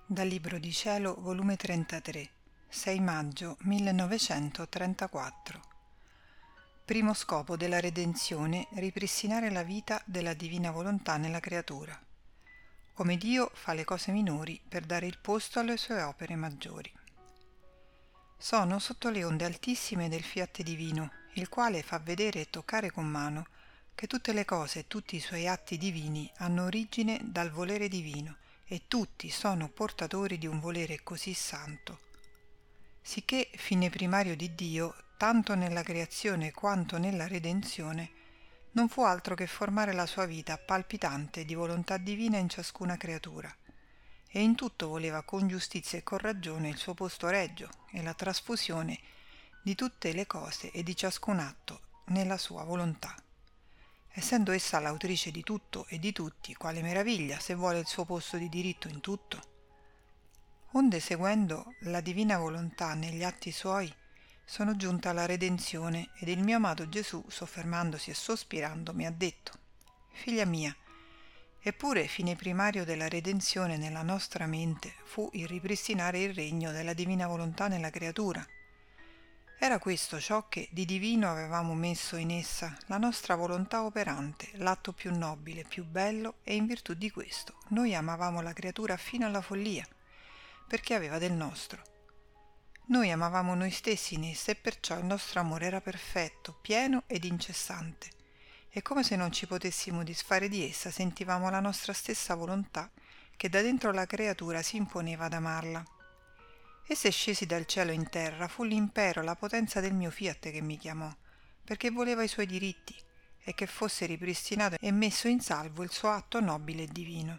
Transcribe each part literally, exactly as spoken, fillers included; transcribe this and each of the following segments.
Dal Libro di Cielo, volume trentatré, sei maggio millenovecentotrentaquattro. Primo scopo della redenzione: ripristinare la vita della divina volontà nella creatura. Come Dio fa le cose minori per dare il posto alle sue opere maggiori. Sono sotto le onde altissime del fiat divino, il quale fa vedere e toccare con mano che tutte le cose e tutti i suoi atti divini hanno origine dal volere divino, e tutti sono portatori di un volere così santo. Sicché fine primario di Dio, tanto nella creazione quanto nella redenzione, non fu altro che formare la sua vita palpitante di volontà divina in ciascuna creatura, e in tutto voleva con giustizia e con ragione il suo posto regio e la trasfusione di tutte le cose e di ciascun atto nella sua volontà. Essendo essa l'autrice di tutto e di tutti, quale meraviglia se vuole il suo posto di diritto in tutto? Onde, seguendo la divina volontà negli atti suoi, sono giunta alla redenzione, ed il mio amato Gesù, soffermandosi e sospirando, mi ha detto: «Figlia mia, eppure fine primario della redenzione nella nostra mente fu il ripristinare il regno della divina volontà nella creatura. Era questo ciò che di divino avevamo messo in essa, la nostra volontà operante, l'atto più nobile, più bello, e in virtù di questo noi amavamo la creatura fino alla follia, perché aveva del nostro. Noi amavamo noi stessi in essa, e perciò il nostro amore era perfetto, pieno ed incessante, e come se non ci potessimo disfare di essa, sentivamo la nostra stessa volontà che da dentro la creatura si imponeva ad amarla. E se scesi dal cielo in terra, fu l'impero, la potenza del mio fiat che mi chiamò, perché voleva i suoi diritti, e che fosse ripristinato e messo in salvo il suo atto nobile e divino.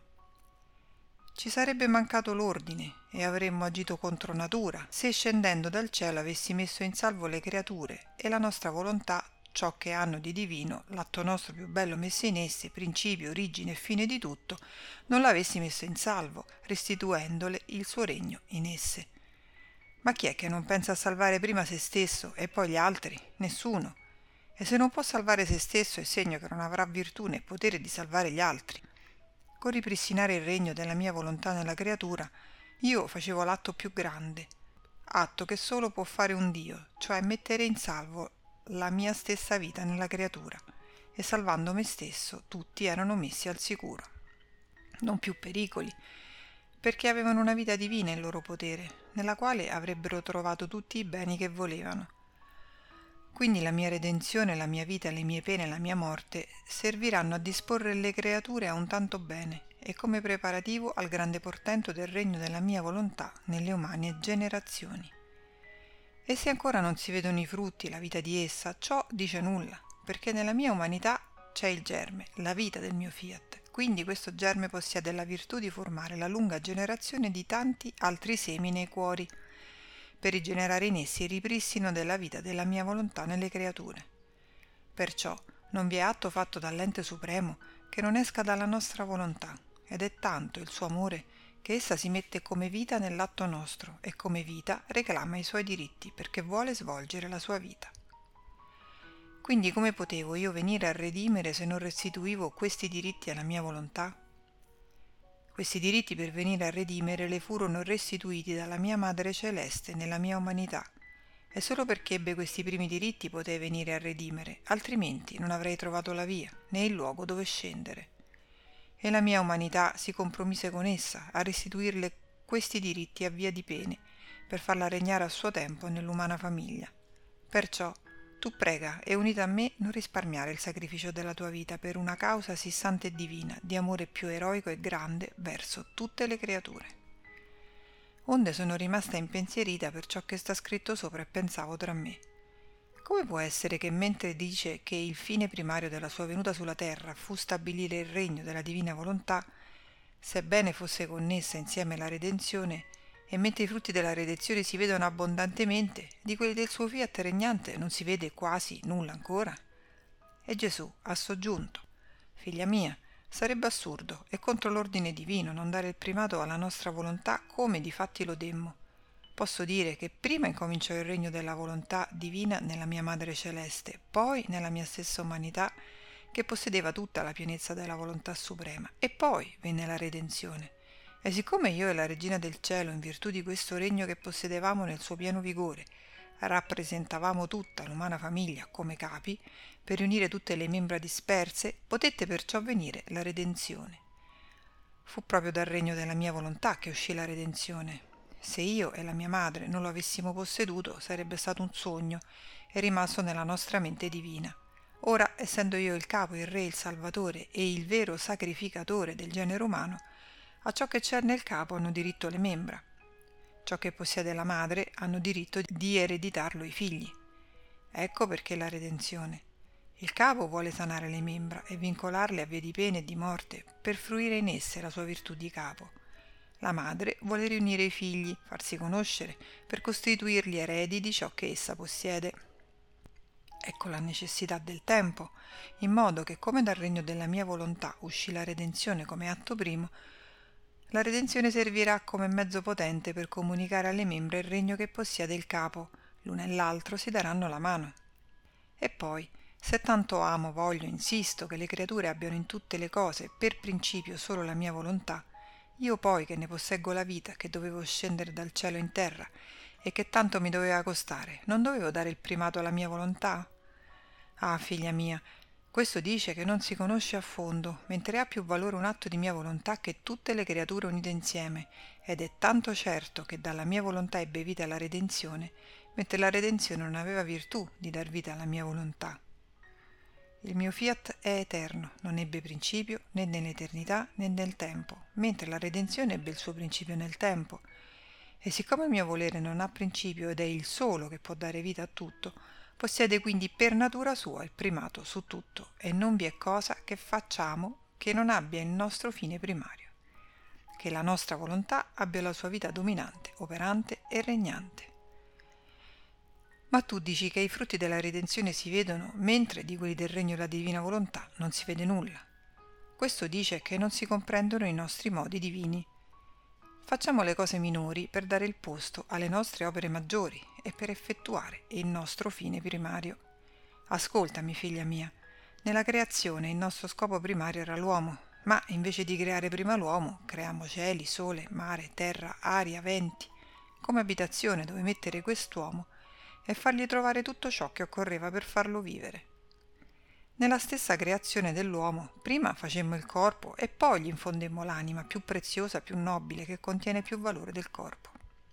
Ci sarebbe mancato l'ordine, e avremmo agito contro natura, se scendendo dal cielo avessi messo in salvo le creature, e la nostra volontà, ciò che hanno di divino, l'atto nostro più bello messo in esse, principio, origine e fine di tutto, non l'avessi messo in salvo, restituendole il suo regno in esse. Ma chi è che non pensa a salvare prima se stesso e poi gli altri? Nessuno. E se non può salvare se stesso è segno che non avrà virtù né potere di salvare gli altri. Con ripristinare il regno della mia volontà nella creatura, io facevo l'atto più grande, atto che solo può fare un Dio, cioè mettere in salvo la mia stessa vita nella creatura, e salvando me stesso tutti erano messi al sicuro. Non più pericoli, perché avevano una vita divina in loro potere, nella quale avrebbero trovato tutti i beni che volevano. Quindi la mia redenzione, la mia vita, le mie pene e la mia morte serviranno a disporre le creature a un tanto bene, e come preparativo al grande portento del regno della mia volontà nelle umane generazioni. E se ancora non si vedono i frutti, la vita di essa, ciò dice nulla, perché nella mia umanità c'è il germe, la vita del mio fiat. Quindi questo germe possiede la virtù di formare la lunga generazione di tanti altri semi nei cuori, per rigenerare in essi il ripristino della vita della mia volontà nelle creature. Perciò non vi è atto fatto dall'ente supremo che non esca dalla nostra volontà, ed è tanto il suo amore che essa si mette come vita nell'atto nostro, e come vita reclama i suoi diritti perché vuole svolgere la sua vita. Quindi come potevo io venire a redimere se non restituivo questi diritti alla mia volontà? Questi diritti per venire a redimere le furono restituiti dalla mia Madre Celeste nella mia umanità, e solo perché ebbe questi primi diritti potei venire a redimere, altrimenti non avrei trovato la via, né il luogo dove scendere. E la mia umanità si compromise con essa a restituirle questi diritti a via di pene, per farla regnare a suo tempo nell'umana famiglia. Perciò tu prega e unita a me non risparmiare il sacrificio della tua vita per una causa sì santa e divina, di amore più eroico e grande verso tutte le creature. Onde sono rimasta impensierita per ciò che sta scritto sopra, e pensavo tra me: come può essere che mentre dice che il fine primario della sua venuta sulla terra fu stabilire il regno della divina volontà, sebbene fosse connessa insieme la redenzione, e mentre i frutti della redenzione si vedono abbondantemente, di quelli del suo fiat regnante non si vede quasi nulla ancora? E Gesù ha soggiunto: figlia mia, sarebbe assurdo e contro l'ordine divino non dare il primato alla nostra volontà come difatti lo demmo. Posso dire che prima incominciò il regno della volontà divina nella mia Madre Celeste, poi nella mia stessa umanità, che possedeva tutta la pienezza della volontà suprema, e poi venne la redenzione. E siccome io e la Regina del Cielo, in virtù di questo regno che possedevamo nel suo pieno vigore, rappresentavamo tutta l'umana famiglia come capi, per riunire tutte le membra disperse, potette perciò venire la redenzione. Fu proprio dal regno della mia volontà che uscì la redenzione. Se io e la mia madre non lo avessimo posseduto, sarebbe stato un sogno e rimasto nella nostra mente divina. Ora, essendo io il capo, il re, il salvatore e il vero sacrificatore del genere umano, a ciò che c'è nel capo hanno diritto le membra. Ciò che possiede la madre hanno diritto di ereditarlo i figli. Ecco perché la redenzione. Il capo vuole sanare le membra e vincolarle a vie di pena e di morte per fruire in esse la sua virtù di capo. La madre vuole riunire i figli, farsi conoscere, per costituirli eredi di ciò che essa possiede. Ecco la necessità del tempo, in modo che come dal regno della mia volontà uscì la redenzione come atto primo, la redenzione servirà come mezzo potente per comunicare alle membra il regno che possiede il capo. L'uno e l'altro si daranno la mano. E poi, se tanto amo, voglio, insisto che le creature abbiano in tutte le cose per principio solo la mia volontà, io poi che ne posseggo la vita, che dovevo scendere dal cielo in terra e che tanto mi doveva costare, non dovevo dare il primato alla mia volontà? Ah, figlia mia, questo dice che non si conosce a fondo, mentre ha più valore un atto di mia volontà che tutte le creature unite insieme, ed è tanto certo che dalla mia volontà ebbe vita la redenzione, mentre la redenzione non aveva virtù di dar vita alla mia volontà. Il mio fiat è eterno, non ebbe principio né nell'eternità né nel tempo, mentre la redenzione ebbe il suo principio nel tempo. E siccome il mio volere non ha principio ed è il solo che può dare vita a tutto, possiede quindi per natura sua il primato su tutto, e non vi è cosa che facciamo che non abbia il nostro fine primario, che la nostra volontà abbia la sua vita dominante, operante e regnante. Ma tu dici che i frutti della redenzione si vedono, mentre di quelli del regno della divina volontà non si vede nulla. Questo dice che non si comprendono i nostri modi divini. Facciamo le cose minori per dare il posto alle nostre opere maggiori e per effettuare il nostro fine primario. Ascoltami, figlia mia, nella creazione il nostro scopo primario era l'uomo, ma invece di creare prima l'uomo, creiamo cieli, sole, mare, terra, aria, venti, come abitazione dove mettere quest'uomo e fargli trovare tutto ciò che occorreva per farlo vivere. Nella stessa creazione dell'uomo, prima facemmo il corpo e poi gli infondemmo l'anima più preziosa, più nobile, che contiene più valore del corpo.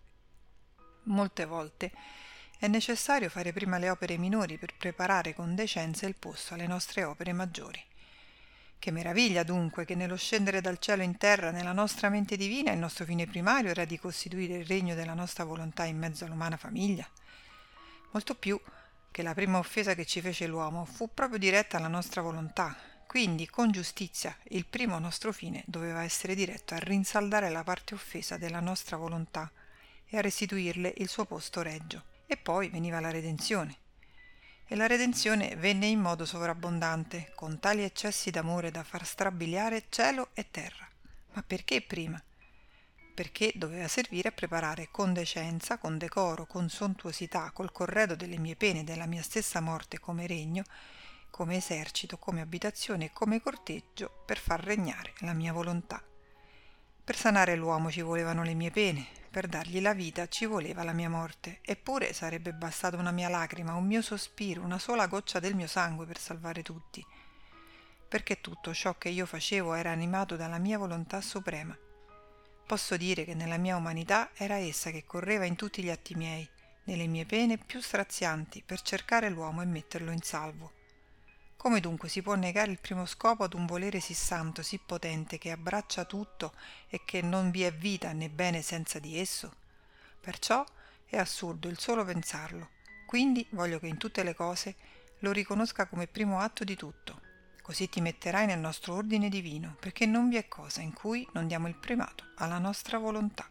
Molte volte è necessario fare prima le opere minori per preparare con decenza il posto alle nostre opere maggiori. Che meraviglia dunque che nello scendere dal cielo in terra, nella nostra mente divina, il nostro fine primario era di costituire il regno della nostra volontà in mezzo all'umana famiglia. Molto più che la prima offesa che ci fece l'uomo fu proprio diretta alla nostra volontà, quindi con giustizia il primo nostro fine doveva essere diretto a rinsaldare la parte offesa della nostra volontà e a restituirle il suo posto regio. E poi veniva la redenzione. E la redenzione venne in modo sovrabbondante, con tali eccessi d'amore da far strabiliare cielo e terra. Ma perché prima? Perché doveva servire a preparare con decenza, con decoro, con sontuosità, col corredo delle mie pene e della mia stessa morte come regno, come esercito, come abitazione e come corteggio per far regnare la mia volontà. Per sanare l'uomo ci volevano le mie pene, per dargli la vita ci voleva la mia morte, eppure sarebbe bastata una mia lacrima, un mio sospiro, una sola goccia del mio sangue per salvare tutti, perché tutto ciò che io facevo era animato dalla mia volontà suprema. Posso dire che nella mia umanità era essa che correva in tutti gli atti miei, nelle mie pene più strazianti, per cercare l'uomo e metterlo in salvo. Come dunque si può negare il primo scopo ad un volere sì santo, sì potente, che abbraccia tutto e che non vi è vita né bene senza di esso? Perciò è assurdo il solo pensarlo. Quindi voglio che in tutte le cose lo riconosca come primo atto di tutto. Così ti metterai nel nostro ordine divino, perché non vi è cosa in cui non diamo il primato alla nostra volontà.